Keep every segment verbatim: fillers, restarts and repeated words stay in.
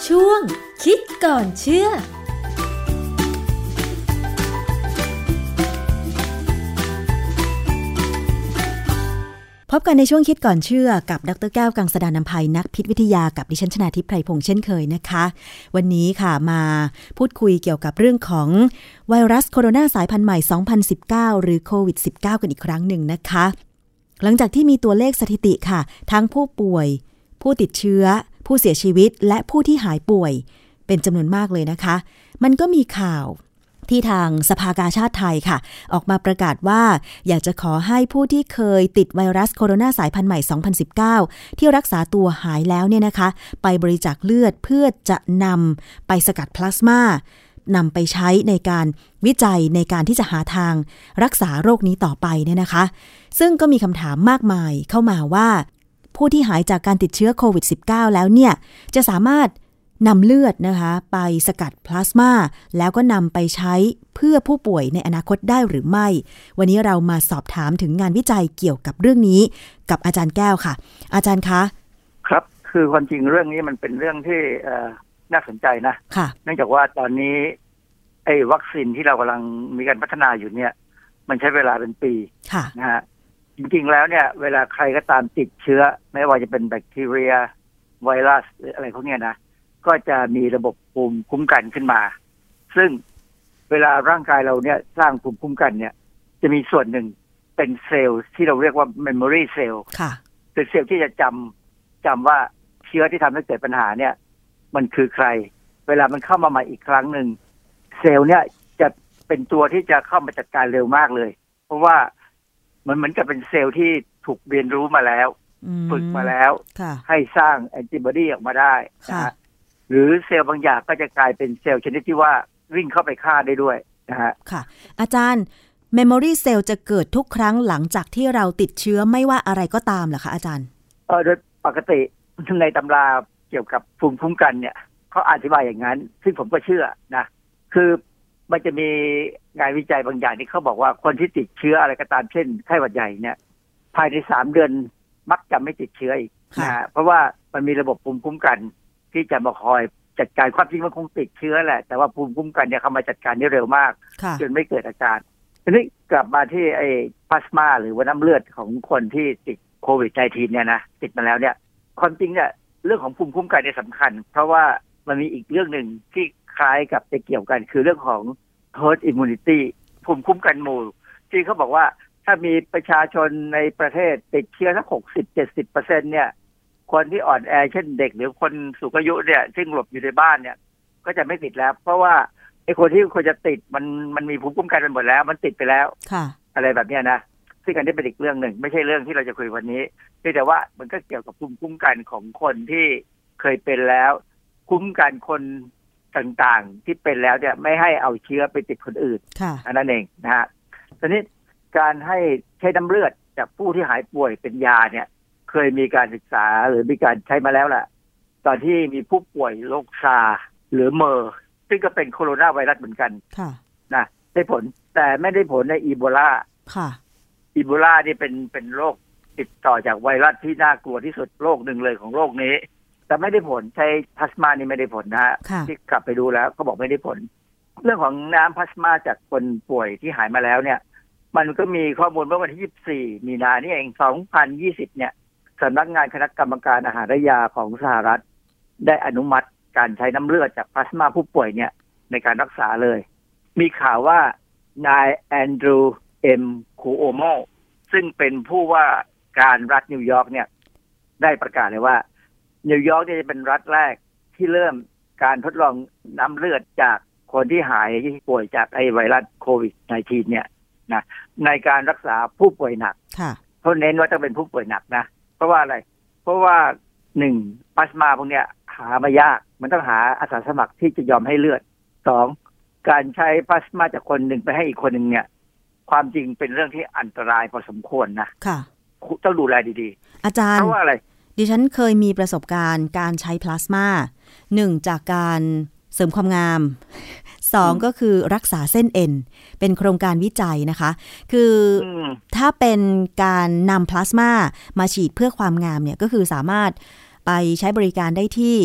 ช่วงคิดก่อนเชื่อพบกันในช่วงคิดก่อนเชื่อกับดร.แก้วกังสดาลอำไพนักพิษวิทยากับดิฉันชนาธิปไพรพงษ์เช่นเคยนะคะวันนี้ค่ะมาพูดคุยเกี่ยวกับเรื่องของไวรัสโคโรนาสายพันธุ์ใหม่สองพันสิบเก้าหรือโควิด สิบเก้า กันอีกครั้งหนึ่งนะคะหลังจากที่มีตัวเลขสถิติค่ะทั้งผู้ป่วยผู้ติดเชื้อผู้เสียชีวิตและผู้ที่หายป่วยเป็นจำนวนมากเลยนะคะมันก็มีข่าวที่ทางสภากาชาดไทยค่ะออกมาประกาศว่าอยากจะขอให้ผู้ที่เคยติดไวรัสโคโรนาสายพันธุ์ใหม่สองพันสิบเก้าที่รักษาตัวหายแล้วเนี่ยนะคะไปบริจาคเลือดเพื่อจะนำไปสกัดพลาสมานำไปใช้ในการวิจัยในการที่จะหาทางรักษาโรคนี้ต่อไปเนี่ยนะคะซึ่งก็มีคำถามมากมายเข้ามาว่าผู้ที่หายจากการติดเชื้อโควิด สิบเก้า แล้วเนี่ยจะสามารถนำเลือดนะคะไปสกัดพลาสมาแล้วก็นำไปใช้เพื่อผู้ป่วยในอนาคตได้หรือไม่วันนี้เรามาสอบถามถึงงานวิจัยเกี่ยวกับเรื่องนี้กับอาจารย์แก้วค่ะอาจารย์คะครับคือความจริงเรื่องนี้มันเป็นเรื่องที่น่าสนใจนะค่ะเนื่องจากว่าตอนนี้ไอ้วัคซีนที่เรากำลังมีการพัฒนาอยู่เนี่ยมันใช้เวลาเป็นปีนะฮะจริงๆแล้วเนี่ยเวลาใครก็ตามติดเชื้อไม่ว่าจะเป็นแบคทีเรียไวรัสหรืออะไรพวกนี้นะก็จะมีระบบภูมิคุ้มกันขึ้นมาซึ่งเวลาร่างกายเราเนี่ยสร้างภูมิคุ้มกันเนี่ยจะมีส่วนหนึ่งเป็นเซลล์ที่เราเรียกว่า memory cell ค่ะเป็นเซลล์ที่จะจำจำว่าเชื้อที่ทำให้เกิดปัญหาเนี่ยมันคือใครเวลามันเข้ามาใหม่อีกครั้งหนึ่งเซลล์เนี่ยจะเป็นตัวที่จะเข้ามาจัดการเร็วมากเลยเพราะว่ามันเหมือนกับเป็นเซลล์ที่ถูกเรียนรู้มาแล้วฝึกมาแล้วให้สร้างแอนติบอดีออกมาได้นะหรือเซลล์บางอย่างก็จะกลายเป็นเซลล์ชนิดที่ว่าวิ่งเข้าไปฆ่าได้ด้วยนะฮะค่ะอาจารย์ memory cell จะเกิดทุกครั้งหลังจากที่เราติดเชื้อไม่ว่าอะไรก็ตามเหรอคะอาจารย์เออโดยปกติในตำราเกี่ยวกับภูมิคุ้มกันเนี่ยเขาอธิบายอย่างนั้นซึ่งผมก็เชื่อนะคือมันจะมีงานวิจัยบางอย่างที่เขาบอกว่าคนที่ติดเชื้ออะไรก็ตามเช่นไข้หวัดใหญ่เนี่ยภายในสามเดือนมักจะไม่ติดเชื้ออีกนะฮะเพราะว่ามันมีระบบภูมิคุ้มกันที่จะมาคอยจัดการความจริงมันคงติดเชื้อแหละแต่ว่าภูมิคุ้มกันเนี่ยเขามาจัดการได้เร็วมากจนไม่เกิดอาการทีนี้กลับมาที่ไอ้พลาสมาหรือว่าน้ำเลือดของคนที่ติดโควิด สิบเก้า เนี่ยนะติดมาแล้วเนี่ยความจริงเนี่ยเรื่องของภูมิคุ้มกันเนี่ยสำคัญเพราะว่ามันมีอีกเรื่องหนึ่งที่คล้ายกับจะเกี่ยวกันคือเรื่องของ herd immunity ภูมิคุ้มกันหมู่ที่เขาบอกว่าถ้ามีประชาชนในประเทศติดเชื้อสัก หกสิบถึงเจ็ดสิบเปอร์เซ็นต์ เนี่ยคนที่อ่อนแอเช่นเด็กหรือคนสูงอายุเนี่ยซึ่งหลบอยู่ในบ้านเนี่ยก็จะไม่ติดแล้วเพราะว่าไอ้คนที่ควรจะติดมันมันมีภูมิคุ้มกันไปหมดแล้วมันติดไปแล้วอะไรแบบนี้นะซึ่งอันนี้เป็นอีกเรื่องหนึ่งไม่ใช่เรื่องที่เราจะคุยวันนี้แต่ว่ามันก็เกี่ยวกับภูมิคุ้มกันของคนที่เคยเป็นแล้วคุ้มกันคนต่างๆที่เป็นแล้วเนี่ยไม่ให้เอาเชื้อไปติดคนอื่นอันนั้นเองนะฮะทีนี้การให้ใช้น้ำเลือดจากผู้ที่หายป่วยเป็นยาเนี่ยเคยมีการศึกษาหรือมีการใช้มาแล้วแหละตอนที่มีผู้ป่วยโรคซาร์หรือเมอร์ซึ่งก็เป็นโคโรนาไวรัสเหมือนกันนะได้ผลแต่ไม่ได้ผลในอีโบลาอีโบลานี่เป็นเป็นโรคติดต่อจากไวรัสที่น่ากลัวที่สุดโรคหนึ่งเลยของโรคนี้แต่ไม่ได้ผลใช้พลาสมานี่ไม่ได้ผลนะฮะที่กลับไปดูแล้วเขาบอกไม่ได้ผลเรื่องของน้ำพลาสมาจากคนป่วยที่หายมาแล้วเนี่ยมันก็มีข้อมูลเมื่อวันที่ยี่สิบสี่มีนานี่เองสองพันยี่สิบเนี่ยสำนักงานคณะกรรมการอาหารและยาของสหรัฐได้อนุมัติการใช้น้ำเลือดจากพลาสมาผู้ป่วยเนี่ยในการรักษาเลยมีข่าวว่านายแอนดรูว์เอ็มคูโอโมซึ่งเป็นผู้ว่าการรัฐนิวยอร์กเนี่ยได้ประกาศเลยว่านิวยอร์กจะเป็นรัฐแรกที่เริ่มการทดลองน้ำเลือดจากคนที่หายที่ป่วยจากไอไวรัสโควิด สิบเก้า เนี่ยนะในการรักษาผู้ป่วยหนักเขาเน้นว่าต้องเป็นผู้ป่วยหนักนะเพราะว่าอะไรเพราะว่าหนึ่งพลาสมาพวกเนี้ยหามายากมันต้องหาอาสาสมัครที่จะยอมให้เลือดสองการใช้พลาสมาจากคนหนึ่งไปให้อีกคนหนึ่งเนี่ยความจริงเป็นเรื่องที่อันตรายพอสมควรนะค่ะต้องดูแลดีๆอาจารย์เพราะว่าอะไรดิฉันเคยมีประสบการณ์การใช้พลาสมาหนึ่งจากการเสริมความงามสองก็คือรักษาเส้นเอ็นเป็นโครงการวิจัยนะคะคือถ้าเป็นการนำพลาสมามาฉีดเพื่อความงามเนี่ยก็คือสามารถไปใช้บริการได้ที่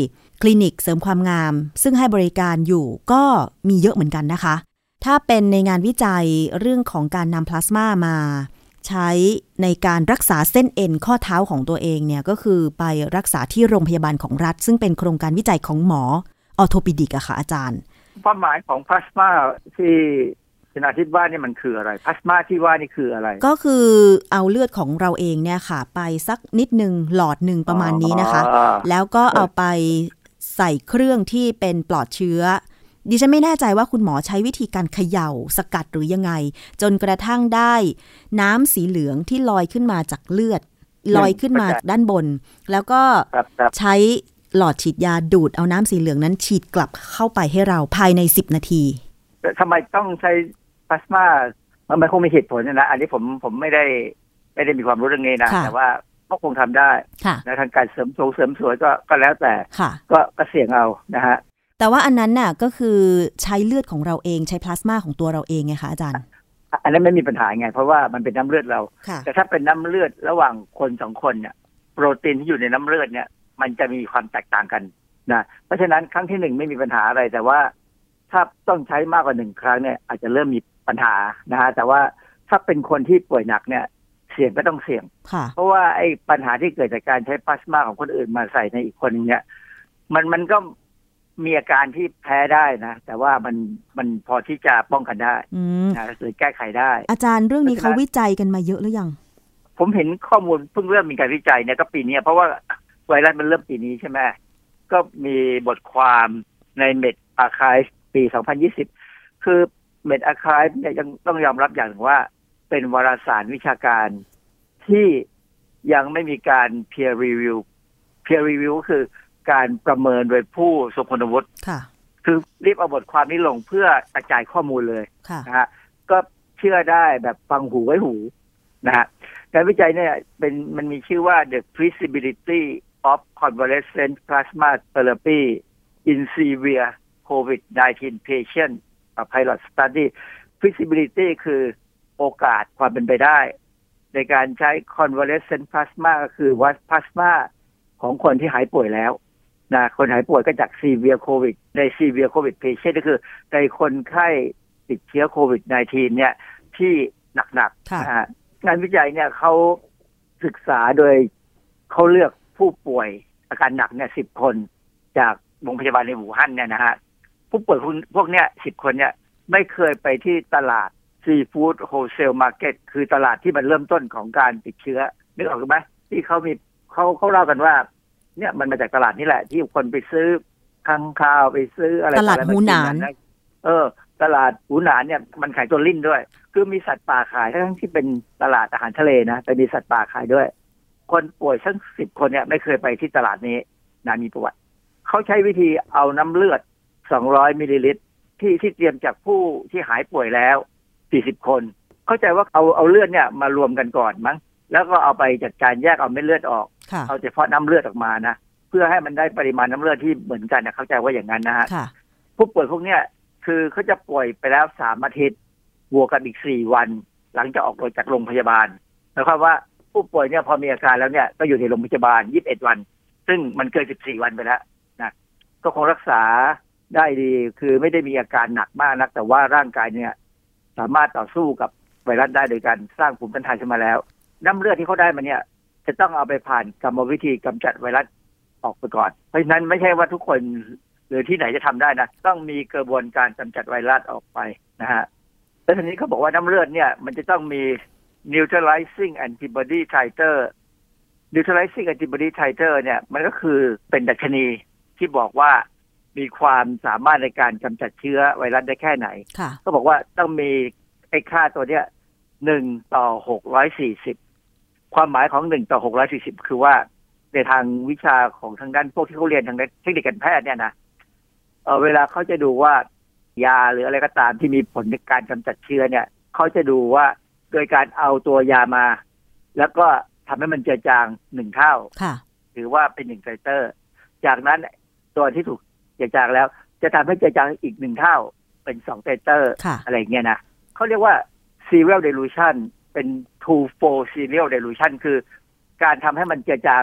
คลินิกเสริมความงามซึ่งให้บริการอยู่ก็มีเยอะเหมือนกันนะคะถ้าเป็นในงานวิจัยเรื่องของการนำพลาสมามาใช้ในการรักษาเส้นเอ็นข้อเท้าของตัวเองเนี่ยก็คือไปรักษาที่โรงพยาบาลของรัฐซึ่งเป็นโครงการวิจัยของหมอออร์โทปิดิกอะค่ะอาจารย์ความหมายของพลาสมาที่ชนาทิพย์ว่านี่มันคืออะไรพลาสมาที่ว่านี่คืออะไรก็คือเอาเลือดของเราเองเนี่ยค่ะไปสักนิดนึงหลอดหนึ่งประมาณนี้นะคะแล้วก็เอาไปใส่เครื่องที่เป็นปลอดเชื้อดิฉันไม่แน่ใจว่าคุณหมอใช้วิธีการเขย่าสกัดหรือยังไงจนกระทั่งได้น้ำสีเหลืองที่ลอยขึ้นมาจากเลือดลอยขึ้นมาด้านบนแล้วก็ใช้หลอดฉีดยาดูดเอาน้ำสีเหลืองนั้นฉีดกลับเข้าไปให้เราภายในสิบนาทีทำไมต้องใช้พลาสมามันคงมีเหตุผลนะอันนี้ผมผมไม่ได้ไม่ได้มีความรู้เรื่องนี้นะแต่ว่าก็คงทำได้ในทางการเสริมสวยเสริมสวยก็ก็แล้วแต่ก็ก็เสี่ยงเอานะฮะแต่ว่าอันนั้นน่ะก็คือใช้เลือดของเราเองใช้พลาสมาของตัวเราเองไงคะอาจารย์อันนั้นไม่มีปัญหาไงเพราะว่ามันเป็นน้ำเลือดเราแต่ถ้าเป็นน้ำเลือดระหว่างคนสองคนเนี่ยโปรตีนที่อยู่ในน้ำเลือดเนี่ยมันจะมีความแตกต่างกันนะเพราะฉะนั้นครั้งที่หนึ่งไม่มีปัญหาอะไรแต่ว่าถ้าต้องใช้มากกว่าหนึ่งครั้งเนี่ยอาจจะเริ่มมีปัญหานะฮะแต่ว่าถ้าเป็นคนที่ป่วยหนักเนี่ยเสี่ยงก็ต้องเสี่ยงเพราะว่าไอ้ปัญหาที่เกิดจากการใช้พลาสมาของคนอื่นมาใส่ในอีกคนเนี่ยมันมันก็มีอาการที่แพ้ได้นะแต่ว่ามันมันพอที่จะป้องกันได้นะหรือแก้ไขได้อาจารย์เรื่องนี้เขาวิจัยกันมาเยอะหรือยังผมเห็นข้อมูลเพิ่งเริ่มมีการวิจัยเนี่ยก็ปีนี้เพราะว่าไวรัสมันเริ่มปีนี้ใช่ไหมก็มีบทความใน Med Archive ปีสองพันยี่สิบคือ Med Archive เนี่ยยังต้องยอมรับอย่างว่าเป็นวารสารวิชาการที่ยังไม่มีการ peer review peer review คือการประเมินโดยผู้ทรงคุณวุฒิคือรีบเอาบทความนี้ลงเพื่อกระจายข้อมูลเลยนะฮะก็เชื่อได้แบบฟังหูไว้หูนะฮะการวิจัยเนี่ยเป็นมันมีชื่อว่า the feasibility of convalescent plasma therapy in severe โควิดสิบเก้า patient pilot study feasibility คือโอกาสความเป็นไปได้ในการใช้ convalescent plasma ก็คือวัดพลาสมาของคนที่หายป่วยแล้วนะคนหายป่วยก็จาก severe covid ใน severe covid patient ก็คือในคนไข้ติดเชื้อโควิดสิบเก้า เนี่ยที่หนักๆนะฮะงานวิจัยเนี่ยเขาศึกษาโดยเขาเลือกผู้ป่วยอาการหนักเนี่ยสิบคนจากโรงพยาบาลในอู่ฮั่นเนี่ยนะฮะผู้ป่วยพวกเนี้ยสิบคนเนี่ยไม่เคยไปที่ตลาดซีฟู้ดโฮลเซลมาร์เก็ตคือตลาดที่มันเริ่มต้นของการติดเชื้อนึกออกไหมที่เขามีเขาเขาเล่ากันว่าเนี่ยมันมาจากตลาดนี่แหละที่คนไปซื้อข้างข้าวไปซื้ออะไรตลาดหูหนานเออตลาดหูหนานเนี่ยมันขายตัวลิ้นด้วยคือมีสัตว์ป่าขายทั้งที่เป็นตลาดอาหารทะเลนะแต่มีสัตว์ป่าขายด้วยคนป่วยทั้งสิบคนเนี่ยไม่เคยไปที่ตลาดนี้นะมีประวัติเขาใช้วิธีเอาน้ำเลือดสองร้อยมิลลิลิตรที่ที่เตรียมจากผู้ที่หายป่วยแล้วสี่สิบคนเข้าใจว่าเอาเอาเลือดเนี่ยมารวมกันก่อนมั้งแล้วก็เอาไปจัดการแยกเอาเม็ดเลือดออกเอาเฉพาะน้ำเลือดออกมานะเพื่อให้มันได้ปริมาณน้ำเลือดที่เหมือนกันนะเข้าใจว่าอย่างนั้นนะฮะผู้ป่วยพวกเนี้ยคือเขาจะป่วยไปแล้วสามอาทิตย์บวกกับอีกสี่วันหลังจากออกจากโรงพยาบาลหมายความว่าผู้ป่วยเนี่ยพอมีอาการแล้วเนี่ยก็อยู่ในโรงพยาบาลยี่สิบเอ็ดวันซึ่งมันเกินสิบสี่วันไปแล้วนะก็คงรักษาได้ดีคือไม่ได้มีอาการหนักมากนักแต่ว่าร่างกายเนี่ยสามารถต่อสู้กับไวรัสได้โดยการสร้างภูมิต้านทานขึ้นมาแล้วน้ำเลือดที่เขาได้มาเนี่ยจะต้องเอาไปผ่านกรรมวิธีกำจัดไวรัสออกไปก่อนเพราะฉะนั้นไม่ใช่ว่าทุกคนหรือที่ไหนจะทำได้นะต้องมีกระบวนการกำจัดไวรัสออกไปนะฮะแล้วทีนี้เขาบอกว่าน้ำเลือดเนี่ยมันจะต้องมี neutralizing antibody titer neutralizing antibody titer เนี่ยมันก็คือเป็นดัชนีที่บอกว่ามีความสามารถในการกำจัดเชื้อไวรัสได้แค่ไหนก็บอกว่าต้องมีไอ้ค่าตัวเนี้ยหนึ่งต่อหกร้อยสี่สิบความหมายของหนึ่งต่อหกร้อยสี่สิบคือว่าในทางวิชาของทางด้านพวกที่เขาเรียนทางเทคนิคการแพทย์เนี่ยนะเออเวลาเขาจะดูว่ายาหรืออะไรก็ตามที่มีผลในการกำจัดเชื้อเนี่ยเขาจะดูว่าโดยการเอาตัวยามาแล้วก็ทำให้มันเจือจางหนึ่งเท่าถือว่าเป็นหนึ่งไตเตอร์จากนั้นตัวที่ถูกเจือจางแล้วจะทำให้เจือจางอีกหนึ่งเท่าเป็นสองไตเตอร์อะไรเงี้ยนะเขาเรียกว่า serial dilution เป็น two fold serial dilution คือการทำให้มันเจือจาง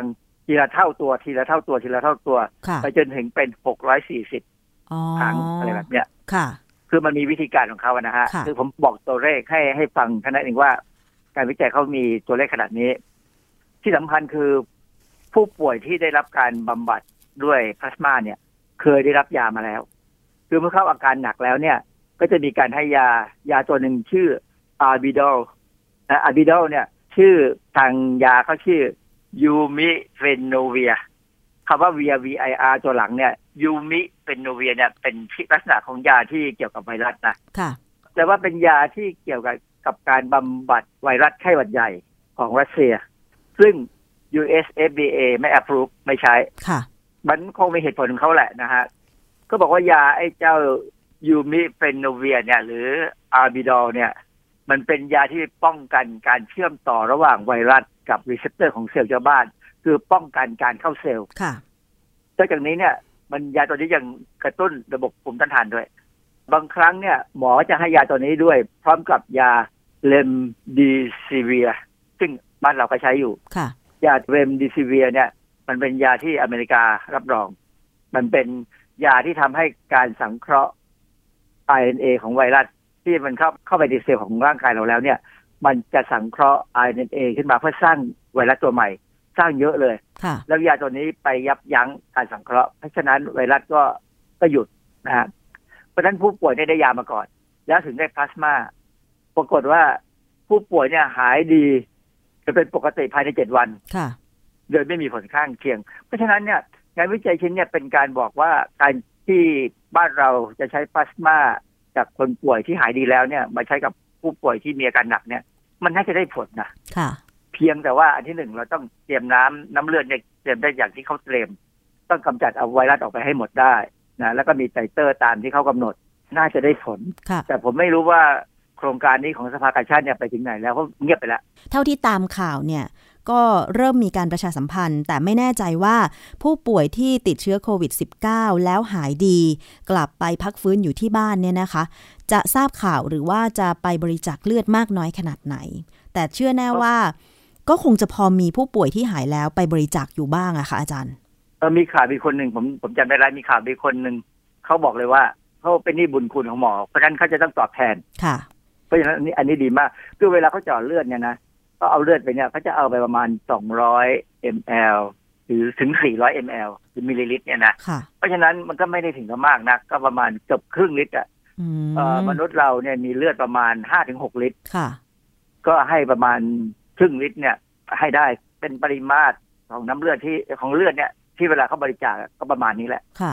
ทีละเท่าตัวทีละเท่าตัวทีละเท่าตัวไปจนถึงเป็นหกร้อยสี่สิบครั้งอะไรแบบเนี้ยค่ะคือมันมีวิธีการของเขานะฮะคือผมบอกตัวเลขให้ให้ฟังเท่านั้นเองว่าการวิจัยเขามีตัวเลขขนาดนี้ที่สำคัญคือผู้ป่วยที่ได้รับการบำบัดด้วยพลาสมาเนี่ยเคยได้รับยามาแล้วคือเมื่อเข้าอาการหนักแล้วเนี่ยก็จะมีการให้ยายาตัวหนึ่งชื่ออาร์บิดอลนะอาร์บิดอลเนี่ยชื่อทางยาเขาชื่อยูมิเฟนโนเวียคำว่า วี วี ไอ อาร์ ตัวหลังเนี่ยยูมิเฟนโนเวียเนี่ยเป็นลักษณะของยาที่เกี่ยวกับไวรัสนะค่ะแต่ว่าเป็นยาที่เกี่ยวกับกับการบำบัดไวรัสไข้หวัดใหญ่ของรัสเซียซึ่ง ยู เอส เอฟ ดี เอ ไม่ approve ไม่ใช้ค่ะมันคงมีเหตุผลของเขาแหละนะฮะก็บอกว่ายาไอ้เจ้ายูมิเฟนโนเวียเนี่ยหรืออาร์บิดอลเนี่ยมันเป็นยาที่ป้องกันการเชื่อมต่อระหว่างไวรัสกับรีเซพเตอร์ของเซลล์ชาวบ้านคือป้องกันการเข้าเซลล์ค่ะนอกจากนี้เนี่ยมันยาตัวนี้ยังกระตุ้นระบบภูมิต้านทานด้วยบางครั้งเนี่ยหมอจะให้ยาตัวนี้ด้วยพร้อมกับยาเลมดีซิเวียซึ่งบ้านเราก็ใช้อยู่ค่ะยาเลมดีซิเวียเนี่ยมันเป็นยาที่อเมริการับอกมันเป็นยาที่ทำให้การสังเคราะห์ อาร์ เอ็น เอ ของไวรัสที่มันเข้าเข้าไปในเซลล์ของร่างกายเราแล้วเนี่ยมันจะสังเคราะห์ อาร์ เอ็น เอ ขึ้นมาเพื่อสร้างไวรัสตัวใหม่สร้างเยอะเลยแล้วยาตัวนี้ไปยับยั้งการสังเคราะห์เพราะฉะนั้นไวรัสก็ก็หยุดนะฮะเพราะฉะนั้นผู้ป่วยได้ได้ยามาก่อนแล้วถึงได้พลาสมาปรากฏว่าผู้ป่วยเนี่ยหายดีจะเป็นปกติภายในเจ็ดวันโดยไม่มีผลข้างเคียงเพราะฉะนั้นเนี่ยงานวิจัยชิ้นเนี่ยเป็นการบอกว่าการที่บ้านเราจะใช้พลาสมาจากคนป่วยที่หายดีแล้วเนี่ยมาใช้กับผู้ป่วยที่มีอาการหนักเนี่ยมันน่าจะได้ผลนะเพียงแต่ว่าอันที่หนึ่งเราต้องเตรียมน้ำน้ำเลือดเนี่ยเตรียมได้อย่างที่เขาเตรียมต้องกำจัดเอาไวรัสออกไปให้หมดได้นะแล้วก็มีไตเตอร์ตามที่เขากำหนดน่าจะได้ผลแต่ผมไม่รู้ว่าโครงการนี้ของสภากาชาดเนี่ยไปถึงไหนแล้วเพราะเงียบไปแล้วเท่าที่ตามข่าวเนี่ยก็เริ่มมีการประชาสัมพันธ์แต่ไม่แน่ใจว่าผู้ป่วยที่ติดเชื้อโควิด สิบเก้า แล้วหายดีกลับไปพักฟื้นอยู่ที่บ้านเนี่ยนะคะจะทราบข่าวหรือว่าจะไปบริจาคเลือดมากน้อยขนาดไหนแต่เชื่อแน่ว่าก็คงจะพอมีผู้ป่วยที่หายแล้วไปบริจาคอยู่บ้างอะค่ะอาจารย์เออมีข่าวมีคนหนึ่งผมผมจำได้แล้วมีข่าวมีคนหนึ่งเขาบอกเลยว่าเขาเป็นหนี้บุญคุณของหมอเพราะฉะนั้นเขาจะต้องตอบแทนค่ะเพราะฉะนั้นอันนี้อันนี้ดีมากคือเวลาเขาเจาะเลือดเนี่ยนะก็เอาเลือดไปเนี่ยเขาจะเอาไปประมาณสองร้อยมิลลิลิตร หรือถึงสี่ร้อยมิลลิลิตร หรือมิลลิลิตรเนี่ยนะเพราะฉะนั้นมันก็ไม่ได้ถึงกับมากนักก็ประมาณเกือบครึ่งลิตรอ่ะมนุษย์เราเนี่ยมีเลือดประมาณ ห้าถึงหก ลิตรก็ให้ประมาณครึ่งลิตรเนี่ยให้ได้เป็นปริมาตรของน้ำเลือดที่ของเลือดเนี่ยที่เวลาเขาบริจาคก็ประมาณนี้แหละค่ะ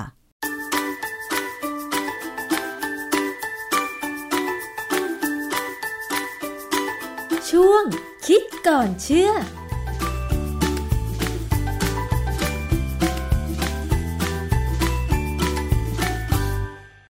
ช่วงคิดก่อนเชื่อ